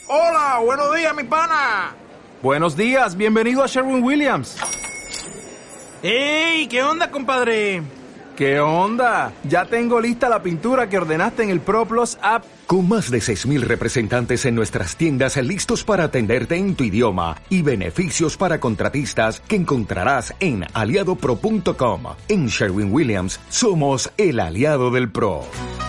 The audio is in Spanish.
Hola, buenos días, mi pana. Buenos días, bienvenido a Sherwin-Williams. ¡Ey! ¿Qué onda, compadre? ¿Qué onda? Ya tengo lista la pintura que ordenaste en el ProPlus app. Con más de 6,000 representantes en nuestras tiendas listos para atenderte en tu idioma y beneficios para contratistas que encontrarás en aliadopro.com. En Sherwin-Williams somos el aliado del pro.